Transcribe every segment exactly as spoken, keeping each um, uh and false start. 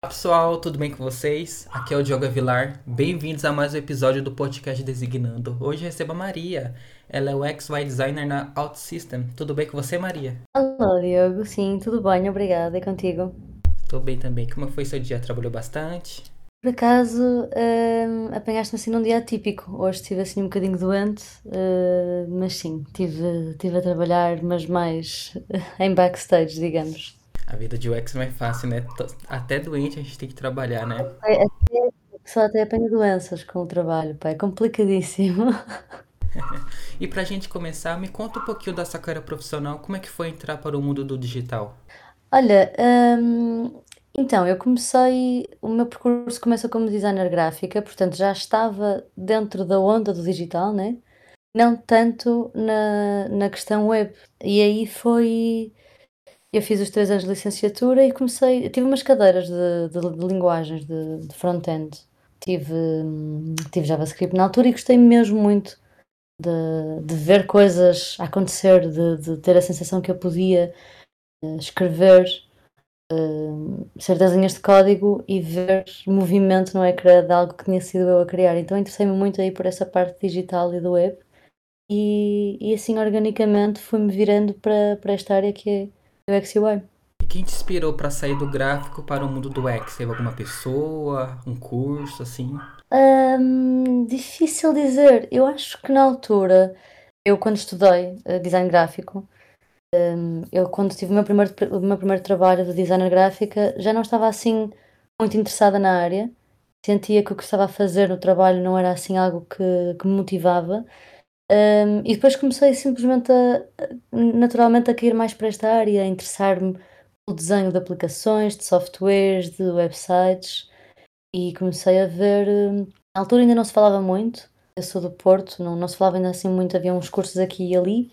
Olá pessoal, tudo bem com vocês? Aqui é o Diogo Vilar. Bem-vindos a mais um episódio do podcast Designando. Hoje recebo a Maria. Ela é o X Y Designer na OutSystem. Tudo bem com você, Maria? Olá, Diogo. Sim, tudo bem, obrigada. E contigo? Tô bem também. Como foi seu dia? Trabalhou bastante? Por acaso, hum, apanhaste-me assim num dia atípico. Hoje estive assim um bocadinho doente, eh, mas sim, estive tive a trabalhar, mas mais em backstage, digamos. A vida de U X não é fácil, né? Tô- Até doente a gente tem que trabalhar, né? É, é, só até apanho doenças com o trabalho, pá, é complicadíssimo. E pra gente começar, me conta um pouquinho da sua carreira profissional. Como é que foi entrar para o mundo do digital? Olha, hum, então, eu comecei, o meu percurso começa como designer gráfica, portanto já estava dentro da onda do digital, né? Não tanto na, na questão web. E aí foi. Eu fiz os três anos de licenciatura e comecei. Tive umas cadeiras de, de, de linguagens de, de front-end. Tive, hum, tive JavaScript na altura e gostei mesmo muito de, de ver coisas acontecer, de, de ter a sensação que eu podia eh, escrever hum, certas linhas de código e ver movimento no ecrã de algo que tinha sido eu a criar. Então interessei-me muito aí por essa parte digital e do web. E, e assim organicamente fui-me virando para, para esta área que é o X U I. E quem te inspirou para sair do gráfico para o mundo do U X? Teve alguma pessoa, um curso, assim? Hum, difícil dizer. Eu acho que na altura, eu quando estudei eh, design gráfico, hum, eu quando tive o meu primeiro, o meu primeiro trabalho de designer gráfica, já não estava assim muito interessada na área. Sentia que o que estava a fazer no trabalho não era assim algo que, que me motivava. Hum, e depois comecei simplesmente a, a- naturalmente a cair mais para esta área, a interessar-me pelo desenho de aplicações, de softwares, de websites e comecei a ver. hum, Na altura ainda não se falava muito, eu sou do Porto, não, não se falava ainda assim muito, havia uns cursos aqui e ali,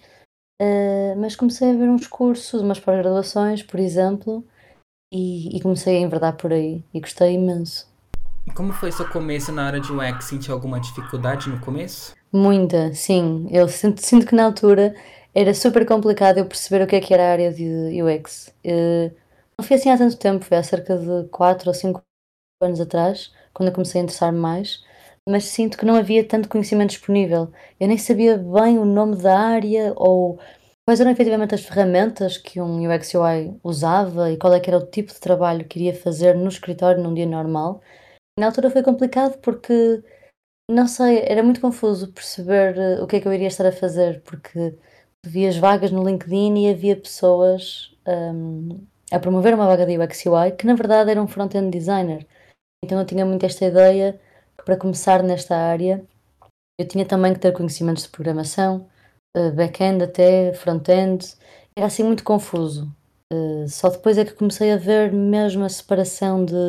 eh, mas comecei a ver uns cursos, umas pós-graduações, por exemplo, e, e comecei a enverdar por aí e gostei imenso. E como foi seu começo na área de U X? Sentiu alguma dificuldade no começo? Muita, sim. Eu sinto, sinto que na altura era super complicado eu perceber o que é que era a área de U X. Eh, não foi assim há tanto tempo, foi há cerca de quatro ou cinco anos atrás, quando eu comecei a interessar-me mais, mas sinto que não havia tanto conhecimento disponível. Eu nem sabia bem o nome da área ou quais eram efetivamente as ferramentas que um U X U I usava e qual é que era o tipo de trabalho que iria fazer no escritório num dia normal. Na altura foi complicado porque não sei, era muito confuso perceber eh, o que é que eu iria estar a fazer, porque via as vagas no LinkedIn e havia pessoas hum, a promover uma vaga de U X U I que na verdade era um front-end designer. Então eu tinha muito esta ideia que para começar nesta área eu tinha também que ter conhecimentos de programação, eh, back-end até, front-end. Era assim muito confuso. Eh, Só depois é que comecei a ver mesmo a separação de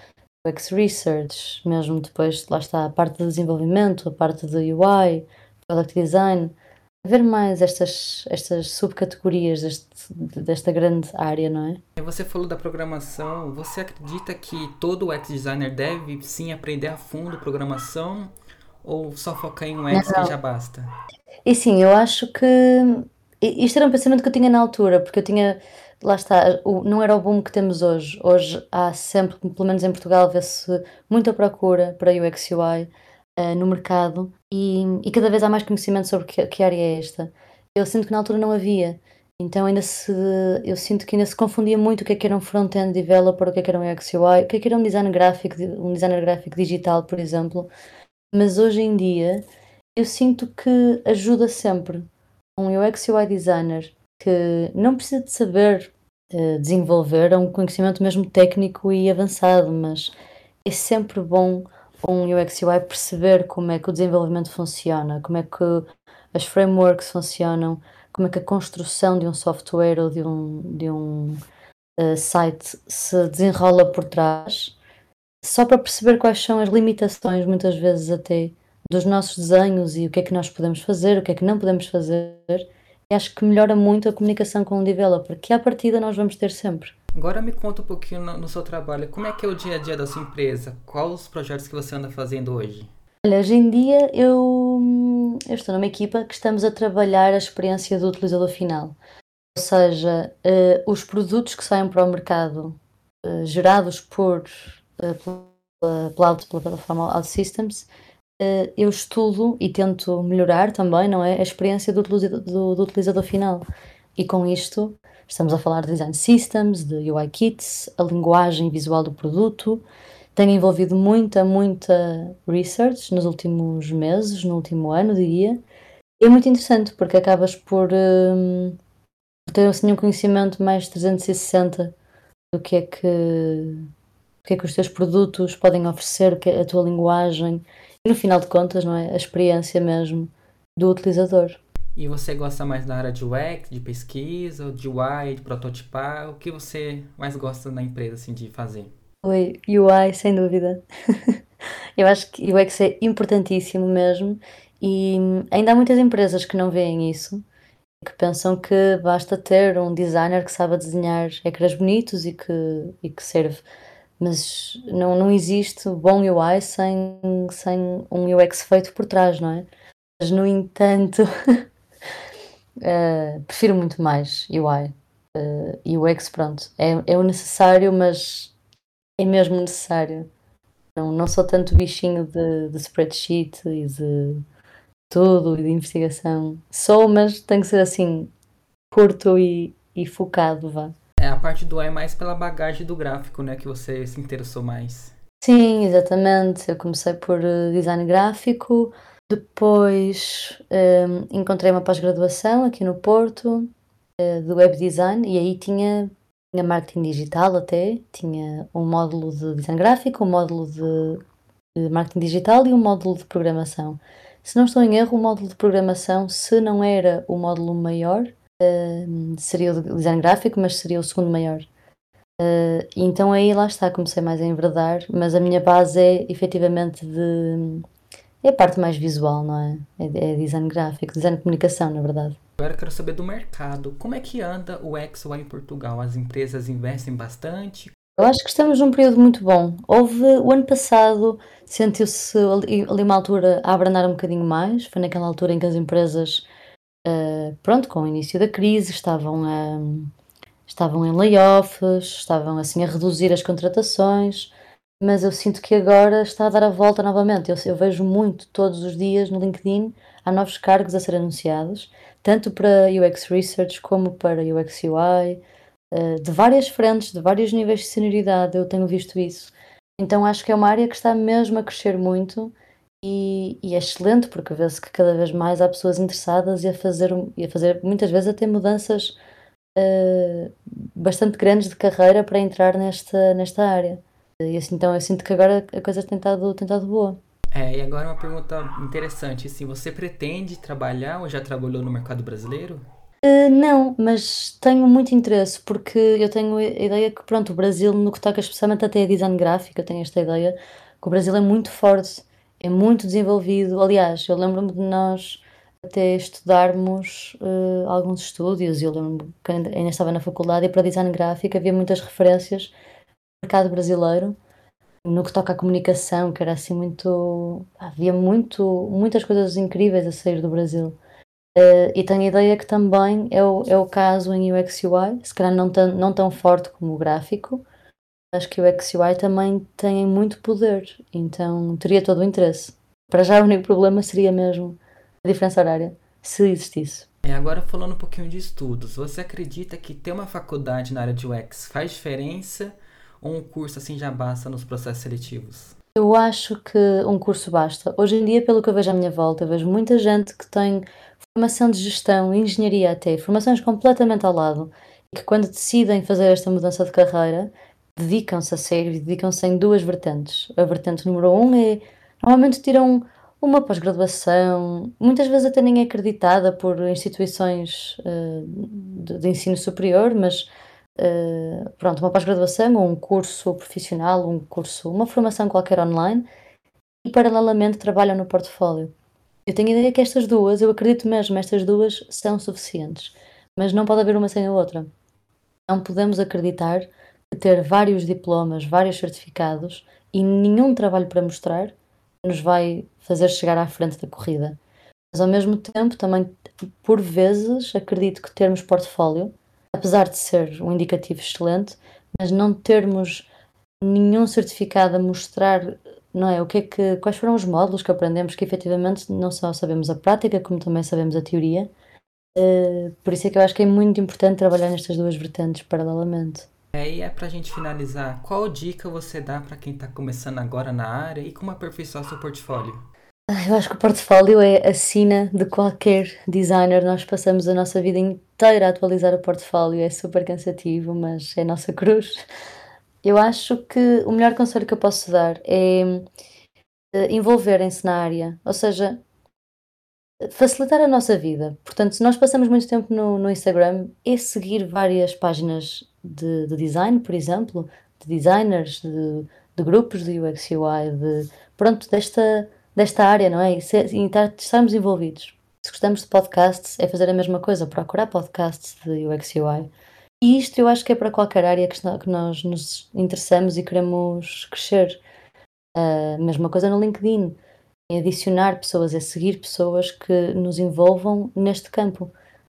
U X Research, mesmo depois, lá está, a parte de desenvolvimento, a parte de U I, Product Design, a ver mais estas, estas subcategorias deste, desta grande área, não é? E você falou da programação. Você acredita que todo U X designer deve sim aprender a fundo programação ou só focar em U X que já Não. basta? E sim, eu acho que i- isto era um pensamento que eu tinha na altura, porque eu tinha, lá está, o- não era o boom que temos hoje. Hoje há sempre, pelo menos em Portugal, vê-se muita procura para U X U I eh, no mercado e, e cada vez há mais conhecimento sobre que, que área é esta. Eu sinto que na altura não havia, então ainda se, eu sinto que ainda se confundia muito o que é que era um front-end developer, o que é que era um U X U I, o que é que era um design gráfico, um designer gráfico digital, por exemplo. Mas hoje em dia eu sinto que ajuda sempre um U X U I designer que não precisa de saber eh, desenvolver, é um conhecimento mesmo técnico e avançado, mas é sempre bom um U X U I perceber como é que o desenvolvimento funciona, como é que as frameworks funcionam, como é que a construção de um software ou de um, de um eh, site se desenrola por trás, só para perceber quais são as limitações, muitas vezes até, dos nossos desenhos e o que é que nós podemos fazer, o que é que não podemos fazer. E acho que melhora muito a comunicação com o developer, que à partida nós vamos ter sempre. Agora me conta um pouquinho no, no seu trabalho. Como é que é o dia a dia da sua empresa? Quais os projetos que você anda fazendo hoje? Olha, hoje em dia eu, hum, eu estou numa equipa que estamos a trabalhar a experiência do utilizador final. Ou seja, eh, os produtos que saem para o mercado. uh, gerados por, uh, pela, pela, auto- pela plataforma OutSystems, uh, eu estudo e tento melhorar também, não é, a experiência do utilizador, do, do utilizador final. E com isto estamos a falar de design systems, de U I kits, a linguagem visual do produto. Tenho envolvido muita, muita research nos últimos meses, no último ano, diria. E é muito interessante porque acabas por hum, ter assim um conhecimento mais trezentos e sessenta do que é que, do que é que os teus produtos podem oferecer, o que é a tua linguagem e no final de contas, não é? A experiência mesmo do utilizador. E você gosta mais da área de U X, de pesquisa, ou de U I, de prototipar? O que você mais gosta na empresa, assim, de fazer? Oi, U I, sem dúvida. Eu acho que U X é importantíssimo mesmo e hum, ainda há muitas empresas que não veem isso, que pensam que basta ter um designer que saiba desenhar ecrãs bonitos e que, e que serve. Mas não, não existe bom U I sem, sem um U X feito por trás, não é? Mas, no entanto, eh, prefiro muito mais U I. Eh, U X, pronto, é, é o necessário, mas é mesmo necessário. Não, não sou tanto bichinho de, de spreadsheet e de tudo e de investigação. Sou, mas tem que ser assim, curto e, e focado, vá. É, a parte do U I é mais pela bagagem do gráfico, né, que você se interessou mais. Sim, exatamente. Eu comecei por eh, design gráfico, depois hum, encontrei uma pós-graduação aqui no Porto, eh, de web design, e aí tinha, tinha marketing digital até, tinha um módulo de design gráfico, um módulo de, de marketing digital e um módulo de programação. Se não estou em erro, o módulo de programação, se não era o módulo maior, hum, seria o de design gráfico, mas seria o segundo maior. Uh, e então aí lá está, comecei mais a enverdar, mas a minha base é efetivamente de. É a parte mais visual, não é? É, é design gráfico, design de comunicação, na verdade. Agora eu quero saber do mercado. Como é que anda o U X lá em Portugal? As empresas investem bastante? Eu acho que estamos num período muito bom. Houve, o ano passado, sentiu-se ali, ali uma altura a abrandar um bocadinho mais, foi naquela altura em que as empresas, uh, pronto, com o início da crise, estavam a, estavam em layoffs, estavam assim a reduzir as contratações, mas eu sinto que agora está a dar a volta novamente. Eu, eu vejo muito todos os dias no LinkedIn, há novos cargos a ser anunciados, tanto para U X Research como para U X U I, eh, de várias frentes, de vários níveis de senioridade, eu tenho visto isso. Então acho que é uma área que está mesmo a crescer muito e, e é excelente porque vê-se que cada vez mais há pessoas interessadas e a fazer, um- e a fazer muitas vezes até mudanças eh, bastante grandes de carreira para entrar nesta, nesta área. E assim, então eu sinto que agora a coisa tem estado, tem estado boa. É, e agora uma pergunta interessante, assim, você pretende trabalhar ou já trabalhou no mercado brasileiro? Eh, não, mas tenho muito interesse porque eu tenho a ideia que, pronto, o Brasil, no que toca especialmente até a design gráfico, eu tenho esta ideia que o Brasil é muito forte, é muito desenvolvido. Aliás, eu lembro-me de nós até estudarmos eh, alguns estúdios, e eu lembro-me que ainda ainda estava na faculdade e para design gráfico havia muitas referências no mercado brasileiro. No que toca à comunicação, que era assim muito. Havia muito, muitas coisas incríveis a sair do Brasil. Eh, e tenho a ideia que também é o, é o caso em U X U I, se calhar não tão, não tão forte como o gráfico, acho que o U X U I também tem muito poder, então teria todo o interesse. Para já o único problema seria mesmo a diferença horária, se existisse. É, agora falando um pouquinho de estudos, você acredita que ter uma faculdade na área de U X faz diferença ou um curso assim já basta nos processos seletivos? Eu acho que um curso basta. Hoje em dia, pelo que eu vejo à minha volta, eu vejo muita gente que tem formação de gestão, engenharia até, formações completamente ao lado, e que quando decidem fazer esta mudança de carreira, dedicam-se a sério e dedicam-se em duas vertentes. A vertente número um é, normalmente tiram uma pós-graduação, muitas vezes até nem é acreditada por instituições eh, de, de ensino superior, mas eh, pronto, uma pós-graduação ou um curso profissional, um curso, uma formação qualquer online e paralelamente trabalham no portfólio. Eu tenho a ideia que estas duas, eu acredito mesmo, estas duas são suficientes, mas não pode haver uma sem a outra. Não podemos acreditar que ter vários diplomas, vários certificados e nenhum trabalho para mostrar nos vai fazer chegar à frente da corrida. Mas ao mesmo tempo, também por vezes acredito que termos portfólio, apesar de ser um indicativo excelente, mas não termos nenhum certificado a mostrar, não é? O que é que, quais foram os módulos que aprendemos, que efetivamente não só sabemos a prática, como também sabemos a teoria. Uh, por isso é que eu acho que é muito importante trabalhar nestas duas vertentes paralelamente. É, e é pra gente finalizar, qual dica você dá pra quem tá começando agora na área e como aperfeiçoar seu portfólio? Ah, Eu acho que o portfólio é a sina de qualquer designer. Nós passamos a nossa vida inteira a atualizar o portfólio. É super cansativo, mas é a nossa cruz. Eu acho que o melhor conselho que eu posso dar é eh, envolverem-se na área, ou seja, facilitar a nossa vida. Portanto, se nós passamos muito tempo no, no Instagram, é seguir várias páginas de, de design, por exemplo, de designers, de, de grupos de U X U I, de, pronto, desta, desta área, não é? E, ser- e estar- estarmos envolvidos. Se gostamos de podcasts, é fazer a mesma coisa, procurar podcasts de U X U I. E isto eu acho que é para qualquer área que, que nós nos interessamos e queremos crescer. A mesma coisa no LinkedIn, é adicionar pessoas, é seguir pessoas que nos envolvam neste campo,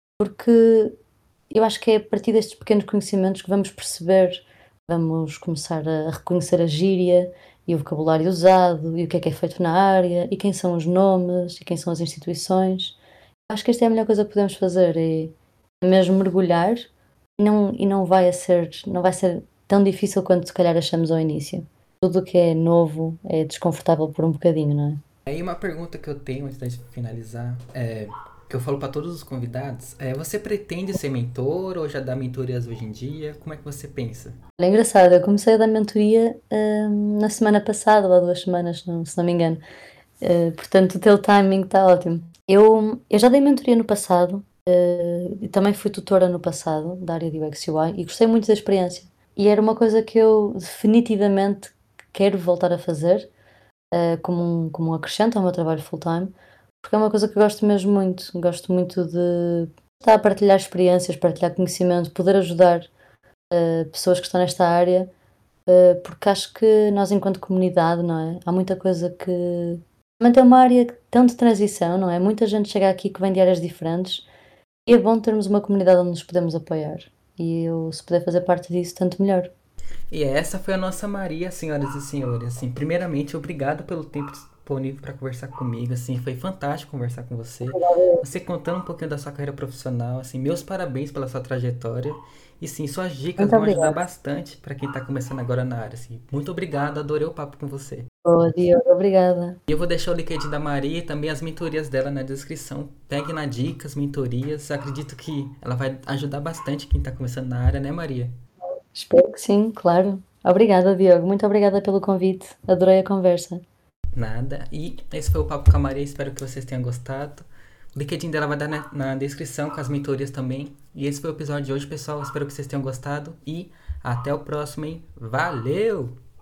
porque eu acho que é a partir destes pequenos conhecimentos que vamos perceber, vamos começar a reconhecer a gíria e o vocabulário usado e o que é que é feito na área e quem são os nomes e quem são as instituições. Acho que esta é a melhor coisa que podemos fazer, é mesmo mergulhar e não, e não vai a ser, não vai ser tão difícil quanto se calhar achamos ao início. Tudo o que é novo é desconfortável por um bocadinho, não é? Aí uma pergunta que eu tenho antes de finalizar, é, que eu falo para todos os convidados, é você pretende ser mentor ou já dá mentorias hoje em dia? Como é que você pensa? É engraçado, eu comecei a dar mentoria, hum, na semana passada, ou há duas semanas, não- se não me engano. Eh, portanto, o teu timing está ótimo. Eu, eu já dei mentoria no passado, eh, e também fui tutora no passado, da área de U X U I, e gostei muito da experiência. E era uma coisa que eu definitivamente quero voltar a fazer, eh, como um, como um acrescento ao meu trabalho full-time, porque é uma coisa que eu gosto mesmo muito. Gosto muito de estar a partilhar experiências, partilhar conhecimento, poder ajudar eh, pessoas que estão nesta área, eh, porque acho que nós, enquanto comunidade, não é? Há muita coisa que. Também é uma área tão de transição, não é? Muita gente chega aqui que vem de áreas diferentes e é bom termos uma comunidade onde nos podemos apoiar. E eu, se puder fazer parte disso, tanto melhor. E essa foi a nossa Maria, senhoras e senhores. Assim, primeiramente, obrigado pelo tempo disponível para conversar comigo. Assim, foi fantástico conversar com você. Você contando um pouquinho da sua carreira profissional. Assim, meus parabéns pela sua trajetória. E sim, suas dicas Muito vão ajudar obrigada. bastante para quem está começando agora na área. Assim, muito obrigado, adorei o papo com você. Boa, Diogo, obrigada. E eu vou deixar o LinkedIn da Maria e também as mentorias dela na descrição. Pegue na dicas, mentorias. Acredito que ela vai ajudar bastante quem está começando na área, né, Maria? Espero que sim, claro. Obrigada, Diogo. Muito obrigada pelo convite. Adorei a conversa. Nada. E esse foi o Papo com a Maria. Espero que vocês tenham gostado. O LinkedIn dela vai dar na, na descrição com as mentorias também. E esse foi o episódio de hoje, pessoal. Espero que vocês tenham gostado. E até o próximo, hein? Valeu!